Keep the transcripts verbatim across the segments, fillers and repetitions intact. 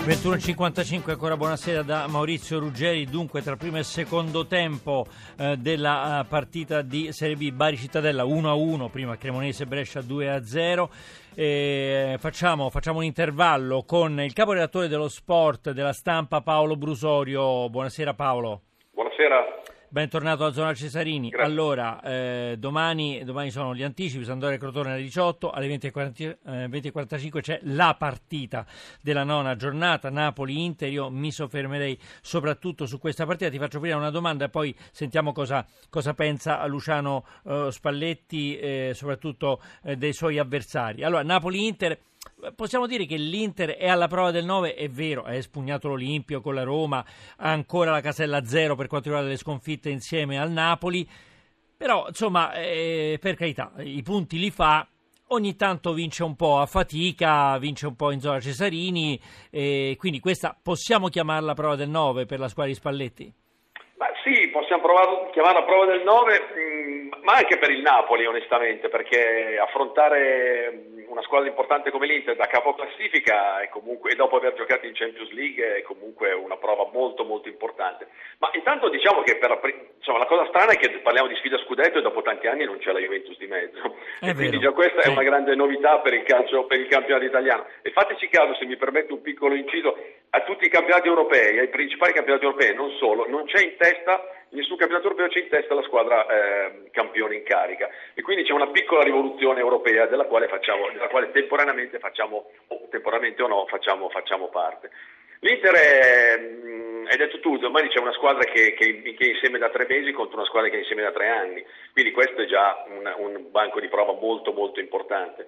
ventuno e cinquantacinque, ancora buonasera da Maurizio Ruggeri. Dunque, tra primo e secondo tempo eh, della uh, partita di Serie B, Bari Cittadella uno a uno, prima Cremonese Brescia due a zero. E facciamo, facciamo un intervallo con il caporedattore dello sport della Stampa, Paolo Brusorio. Buonasera Paolo. Buonasera. Bentornato a Zona Cesarini. Grazie. Allora, eh, domani, domani sono gli anticipi, Sampdoria Crotone alle diciotto, alle venti e quarantacinque c'è la partita della nona giornata, Napoli-Inter. Io mi soffermerei soprattutto su questa partita. Ti faccio prima una domanda e poi sentiamo cosa, cosa pensa Luciano eh, Spalletti, eh, soprattutto eh, dei suoi avversari. Allora, Napoli-Inter. Possiamo dire che l'Inter è alla prova del nove, è vero, ha espugnato l'Olimpio con la Roma, ha ancora la casella zero per quanto riguarda le sconfitte insieme al Napoli, però insomma, eh, per carità, i punti li fa, ogni tanto vince un po' a fatica, vince un po' in zona Cesarini, eh, quindi questa possiamo chiamarla prova del nove per la squadra di Spalletti? Ma sì, possiamo provare, chiamarla prova del nove, mh, ma anche per il Napoli onestamente, perché affrontare una squadra importante come l'Inter da capo classifica è comunque, e dopo aver giocato in Champions League, è comunque una prova molto molto importante. Ma intanto diciamo che per la, insomma, la cosa strana è che parliamo di sfida scudetto e dopo tanti anni non c'è la Juventus di mezzo, è e quindi già questa sì. È una grande novità per il calcio, per il campionato italiano. E fateci caso, se mi permette un piccolo inciso, a tutti i campionati europei, ai principali campionati europei, non solo, non c'è in testa, in nessun campionato europeo c'è in testa la squadra eh, campione in carica, e quindi c'è una piccola rivoluzione europea della quale facciamo, della quale temporaneamente facciamo, o temporaneamente o no, facciamo, facciamo parte. L'Inter è, mh, hai detto tu, domani c'è una squadra che, che, che è insieme da tre mesi contro una squadra che è insieme da tre anni, quindi questo è già un, un banco di prova molto molto importante.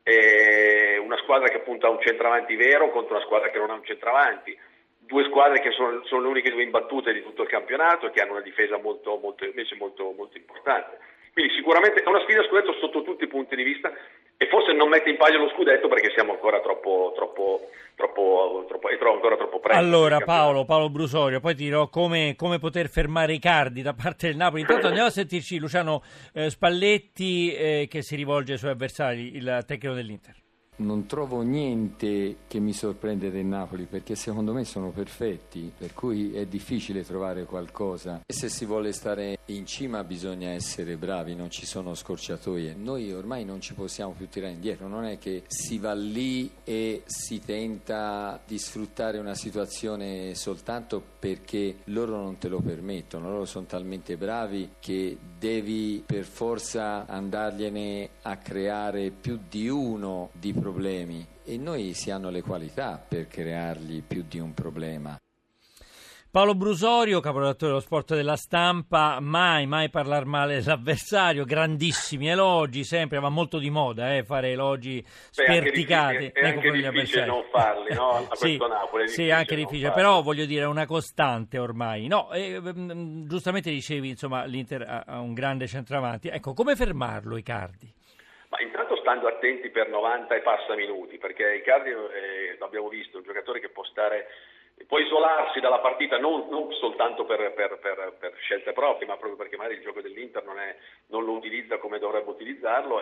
È una squadra che punta a un centravanti vero contro una squadra che non ha un centravanti, due squadre che sono, sono le uniche due imbattute di tutto il campionato, che hanno una difesa molto, molto, invece molto, molto importante. Quindi sicuramente è una sfida scudetto sotto tutti i punti di vista, e forse non mette in palio lo scudetto perché siamo ancora troppo troppo troppo troppo e trovo ancora troppo presto. Allora Paolo, Paolo Brusorio, poi ti dirò come, come poter fermare Icardi da parte del Napoli. Intanto andiamo a sentirci Luciano eh, Spalletti eh, che si rivolge ai suoi avversari, il tecnico dell'Inter. Non trovo niente che mi sorprende del Napoli, perché secondo me sono perfetti, per cui è difficile trovare qualcosa. E se si vuole stare in cima bisogna essere bravi, non ci sono scorciatoie. Noi ormai non ci possiamo più tirare indietro, non è che si va lì e si tenta di sfruttare una situazione soltanto perché loro non te lo permettono, loro sono talmente bravi che devi per forza andargliene a creare più di uno di problemi, e noi si hanno le qualità per creargli più di un problema. Paolo Brusorio, caporedattore dello sport della Stampa, mai, mai parlare male dell'avversario, grandissimi elogi, sempre, va molto di moda eh, fare elogi sperticati. È anche difficile, è anche difficile non farli, no? A questo sì, Napoli è sì, anche difficile, però voglio dire è una costante ormai. No, eh, giustamente dicevi, insomma, l'Inter ha, ha un grande centravanti. Ecco, come fermarlo Icardi? Ma intanto stando attenti per novanta e passa minuti, perché Icardi, eh, l'abbiamo visto, è un giocatore che può stare, può isolarsi dalla partita non, non soltanto per, per, per, per scelte proprie, ma proprio perché magari il gioco dell'Inter non, è, non lo utilizza come dovrebbe utilizzarlo,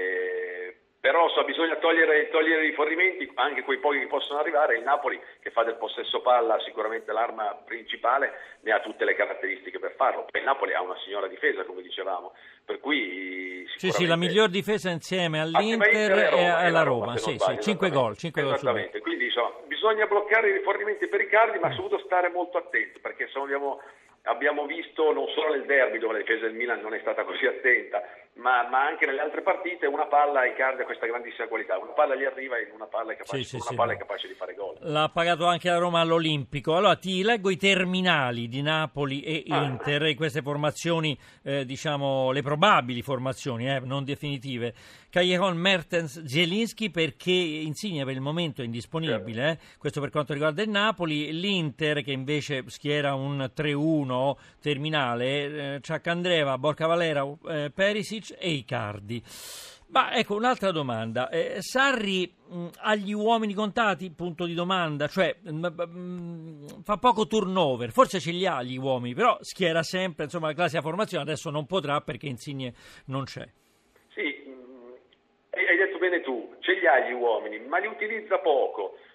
e però so, bisogna togliere, togliere i rifornimenti, anche quei pochi che possono arrivare. Il Napoli, che fa del possesso palla sicuramente l'arma principale, ne ha tutte le caratteristiche per farlo. Poi il Napoli ha una signora difesa, come dicevamo, per cui sì, sì, la miglior difesa insieme all'Inter e alla Roma, Roma sì, sì, cinque gol, cinque gol esattamente. Quindi insomma, bisogna bloccare i rifornimenti per Icardi, ma soprattutto stare molto attenti, perché se abbiamo Abbiamo visto non solo nel derby, dove la difesa del Milan non è stata così attenta, ma, ma anche nelle altre partite, una palla Icardi ha questa grandissima qualità, una palla gli arriva e una palla è capace, sì, sì, una sì, palla no. è capace di fare gol. L'ha pagato anche la Roma all'Olimpico. Allora ti leggo i terminali di Napoli e Inter, ah. in queste formazioni, eh, diciamo le probabili formazioni, eh, non definitive. Callejon, Mertens, Zielinski, perché Insigne per il momento è indisponibile, eh. questo per quanto riguarda il Napoli. L'Inter che invece schiera un tre uno terminale, eh, Ciaccandreva, Borca Valera, eh, Perisic e Icardi. Ma ecco un'altra domanda, eh, Sarri mh, ha gli uomini contati? Punto di domanda, cioè mh, mh, fa poco turnover, forse ce li ha gli uomini, però schiera sempre, insomma, la classica formazione. Adesso non potrà perché Insigne non c'è. Sì, hai detto bene tu, ce li ha gli uomini, ma li utilizza poco.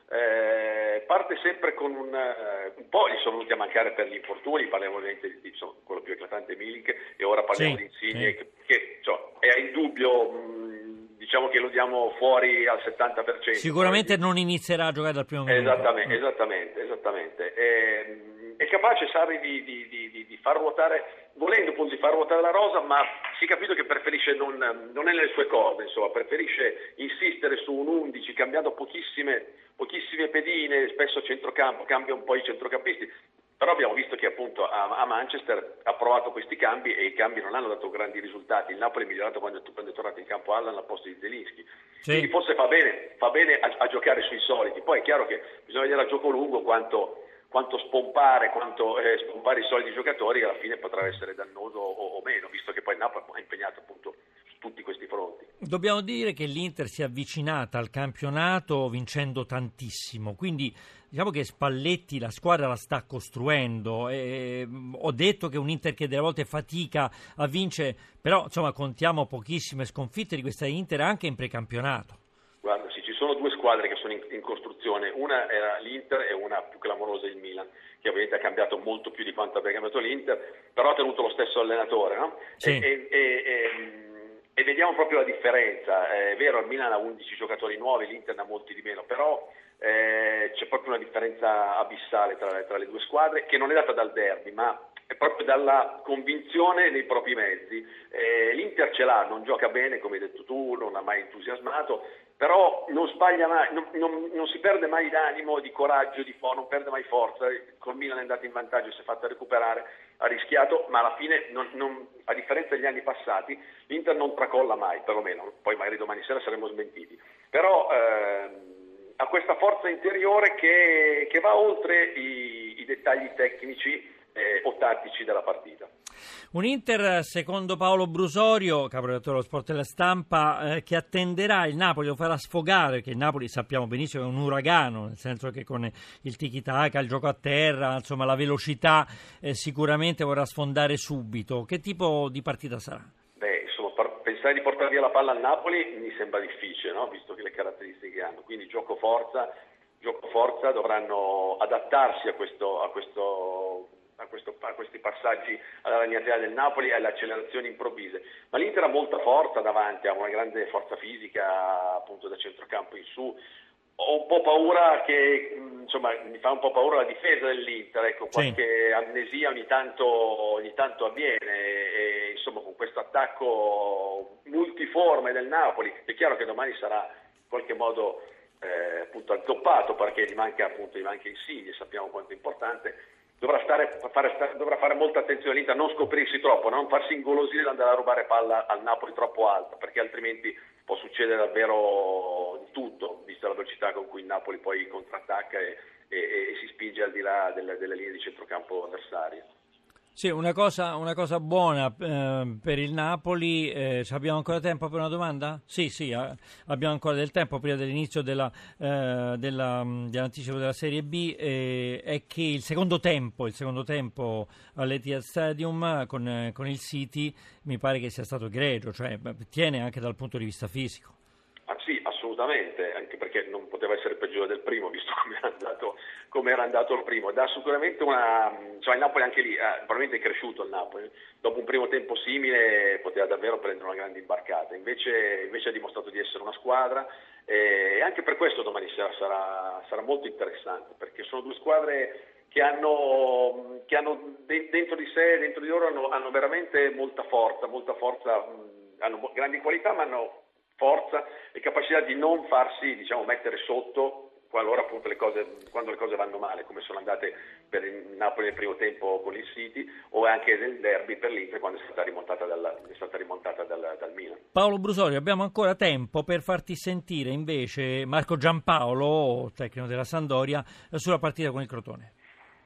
eh, parte sempre con un, uh, un po' gli sono venuti a mancare per gli infortuni, parliamo ovviamente di, di insomma, quello più eclatante Milik, e ora parliamo sì, di Insigne, sì. che, che insomma, è indubbio, mh, diciamo che lo diamo fuori al settanta per cento. Sicuramente non inizierà a giocare dal primo minuto. Esattamente, esattamente, esattamente. E, è capace Sarri di, di, di, di far ruotare, volendo appunto di far ruotare la rosa, ma si è capito che preferisce non, non è nelle sue corde, insomma, preferisce insistere su un undici, cambiando pochissime, pochissime pedine, spesso a centrocampo, cambia un po' i centrocampisti, però abbiamo visto che appunto a, a Manchester ha provato questi cambi e i cambi non hanno dato grandi risultati. Il Napoli è migliorato quando, quando è tornato in campo Allan al posto di Zelinski. Sì. Quindi forse fa bene, fa bene a, a giocare sui soliti, poi è chiaro che bisogna vedere a gioco lungo quanto... quanto spompare, quanto eh, spompare i soliti giocatori alla fine potrà essere dannoso o, o meno, visto che poi il Napoli è impegnato appunto su tutti questi fronti. Dobbiamo dire che l'Inter si è avvicinata al campionato vincendo tantissimo, quindi diciamo che Spalletti la squadra la sta costruendo. E, ho detto che un Inter che delle volte fatica a vincere, però insomma contiamo pochissime sconfitte di questa Inter anche in precampionato. Guarda, sì, ci sono due squadre che sono in, in costruzione, una era l'Inter e una più clamorosa il Milan, che ovviamente ha cambiato molto più di quanto abbia cambiato l'Inter, però ha tenuto lo stesso allenatore, no? Sì. E, e, e, e vediamo proprio la differenza. È vero, il Milan ha undici giocatori nuovi, l'Inter ne ha molti di meno, però eh, c'è proprio una differenza abissale tra, tra le due squadre, che non è data dal derby, ma è proprio dalla convinzione nei propri mezzi. Eh, L'Inter ce l'ha, non gioca bene, come hai detto tu, non ha mai entusiasmato, però non sbaglia mai, non, non, non si perde mai d'animo, di coraggio, di fo, non perde mai forza. Col Milan è andato in vantaggio, si è fatto recuperare, ha rischiato, ma alla fine, non, non, a differenza degli anni passati, l'Inter non tracolla mai, perlomeno, poi magari domani sera saremo smentiti. Però eh, ha questa forza interiore che, che va oltre i, i dettagli tecnici eh, o tattici della partita. Un Inter, secondo Paolo Brusorio, caporedattore dello Sport della Stampa, eh, che attenderà il Napoli, lo farà sfogare, perché il Napoli sappiamo benissimo è un uragano, nel senso che con il tiki-taka, il gioco a terra, insomma la velocità, eh, sicuramente vorrà sfondare subito. Che tipo di partita sarà? Beh, insomma, per pensare di portare via la palla al Napoli mi sembra difficile, no? Visto che le caratteristiche che hanno, quindi gioco forza, gioco forza, dovranno adattarsi a questo... A questo A, questo, a questi passaggi alla ragnatela del Napoli e alle accelerazioni improvvise, ma l'Inter ha molta forza davanti, ha una grande forza fisica appunto da centrocampo in su. Ho un po' paura che, insomma, mi fa un po' paura la difesa dell'Inter, ecco, qualche sì. amnesia ogni tanto, ogni tanto avviene e, e insomma con questo attacco multiforme del Napoli, è chiaro che domani sarà in qualche modo eh, appunto azzoppato, perché gli manca appunto gli manca Insigne, sappiamo quanto è importante. Dovrà, stare, fare, dovrà fare molta attenzione all'Inter, non scoprirsi troppo, non farsi ingolosire da andare a rubare palla al Napoli troppo alta, perché altrimenti può succedere davvero di tutto, vista la velocità con cui il Napoli poi contrattacca e, e, e si spinge al di là delle, delle linee di centrocampo avversarie. Sì, una cosa, una cosa buona eh, per il Napoli. Eh, abbiamo ancora tempo per una domanda? Sì, sì, eh, abbiamo ancora del tempo prima dell'inizio della, eh, della, dell'anticipo della Serie B. Eh, è che il secondo tempo, il secondo tempo all'Etihad Stadium con, eh, con il City mi pare che sia stato egregio, cioè tiene anche dal punto di vista fisico. Ah, sì, assolutamente, anche perché non poteva essere peggiore del primo, visto come era andato, come era andato il primo. Dà sicuramente una, cioè il Napoli anche lì, eh, probabilmente è cresciuto il Napoli, dopo un primo tempo simile poteva davvero prendere una grande imbarcata, invece, invece ha dimostrato di essere una squadra e anche per questo domani sera sarà, sarà molto interessante, perché sono due squadre che hanno, che hanno dentro di sé, dentro di loro hanno, hanno veramente molta forza, molta forza, hanno grandi qualità, ma hanno forza e capacità di non farsi, diciamo, mettere sotto qualora appunto le cose, quando le cose vanno male, come sono andate per il Napoli nel primo tempo con il City o anche nel derby per l'Inter quando è stata rimontata dal, è stata rimontata dal, dal Milan. Paolo Brusorio, abbiamo ancora tempo per farti sentire invece Marco Giampaolo, tecnico della Sampdoria, sulla partita con il Crotone.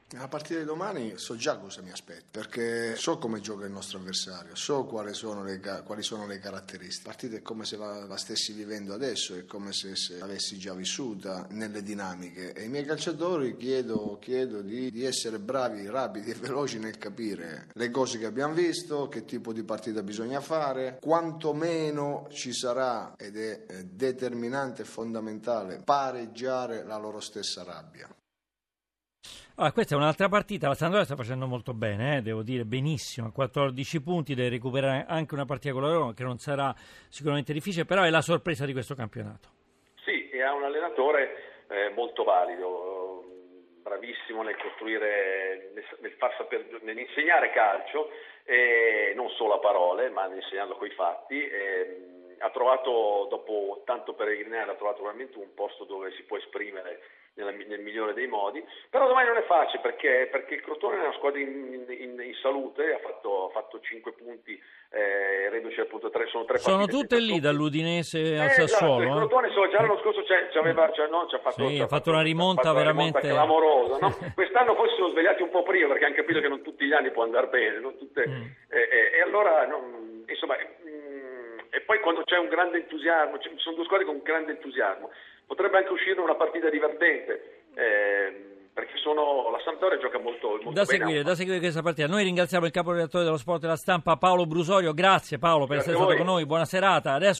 La partita di domani so già cosa mi aspetta, perché so come gioca il nostro avversario, so quali sono le, quali sono le caratteristiche. La partita è come se la, la stessi vivendo adesso, è come se, se l'avessi già vissuta nelle dinamiche, e i miei calciatori chiedo, chiedo di, di essere bravi, rapidi e veloci nel capire le cose che abbiamo visto, che tipo di partita bisogna fare, quanto meno ci sarà, ed è determinante e fondamentale, pareggiare la loro stessa rabbia. Allora, questa è un'altra partita, la Sampdoria sta facendo molto bene, eh, devo dire benissimo, a quattordici punti, deve recuperare anche una partita con la Roma che non sarà sicuramente difficile, però è la sorpresa di questo campionato. Sì, e ha un allenatore eh, molto valido, bravissimo nel costruire, nel, nel far saper, nell'insegnare calcio, e non solo a parole, ma nell'insegnarlo coi fatti. E, ha trovato, dopo tanto peregrinare, ha trovato veramente un posto dove si può esprimere nella, nel migliore dei modi, però domani non è facile perché, perché il Crotone è una squadra in, in, in salute, ha fatto, ha fatto cinque punti, eh, reduce appunto tre, sono tre sono partite. Sono tutte lì, dall'Udinese eh, al Sassuolo. Esatto, il Crotone so, già l'anno scorso c'è, c'aveva, c'è, no, c'ha fatto, sì, c'ha ha fatto una rimonta fatto veramente una rimonta clamorosa, no? Quest'anno forse sono svegliati un po' prima perché hanno capito che non tutti gli anni può andare bene, non tutte, mm. eh, eh, e allora non, insomma. E poi quando c'è un grande entusiasmo, ci sono due squadre con grande entusiasmo, potrebbe anche uscire una partita divertente, eh, perché sono, la Sampdoria gioca molto, molto da bene. Seguire, da seguire questa partita. Noi ringraziamo il caporedattore dello Sport e della Stampa, Paolo Brusorio. Grazie Paolo per Grazie essere stato con noi, buona serata. Adesso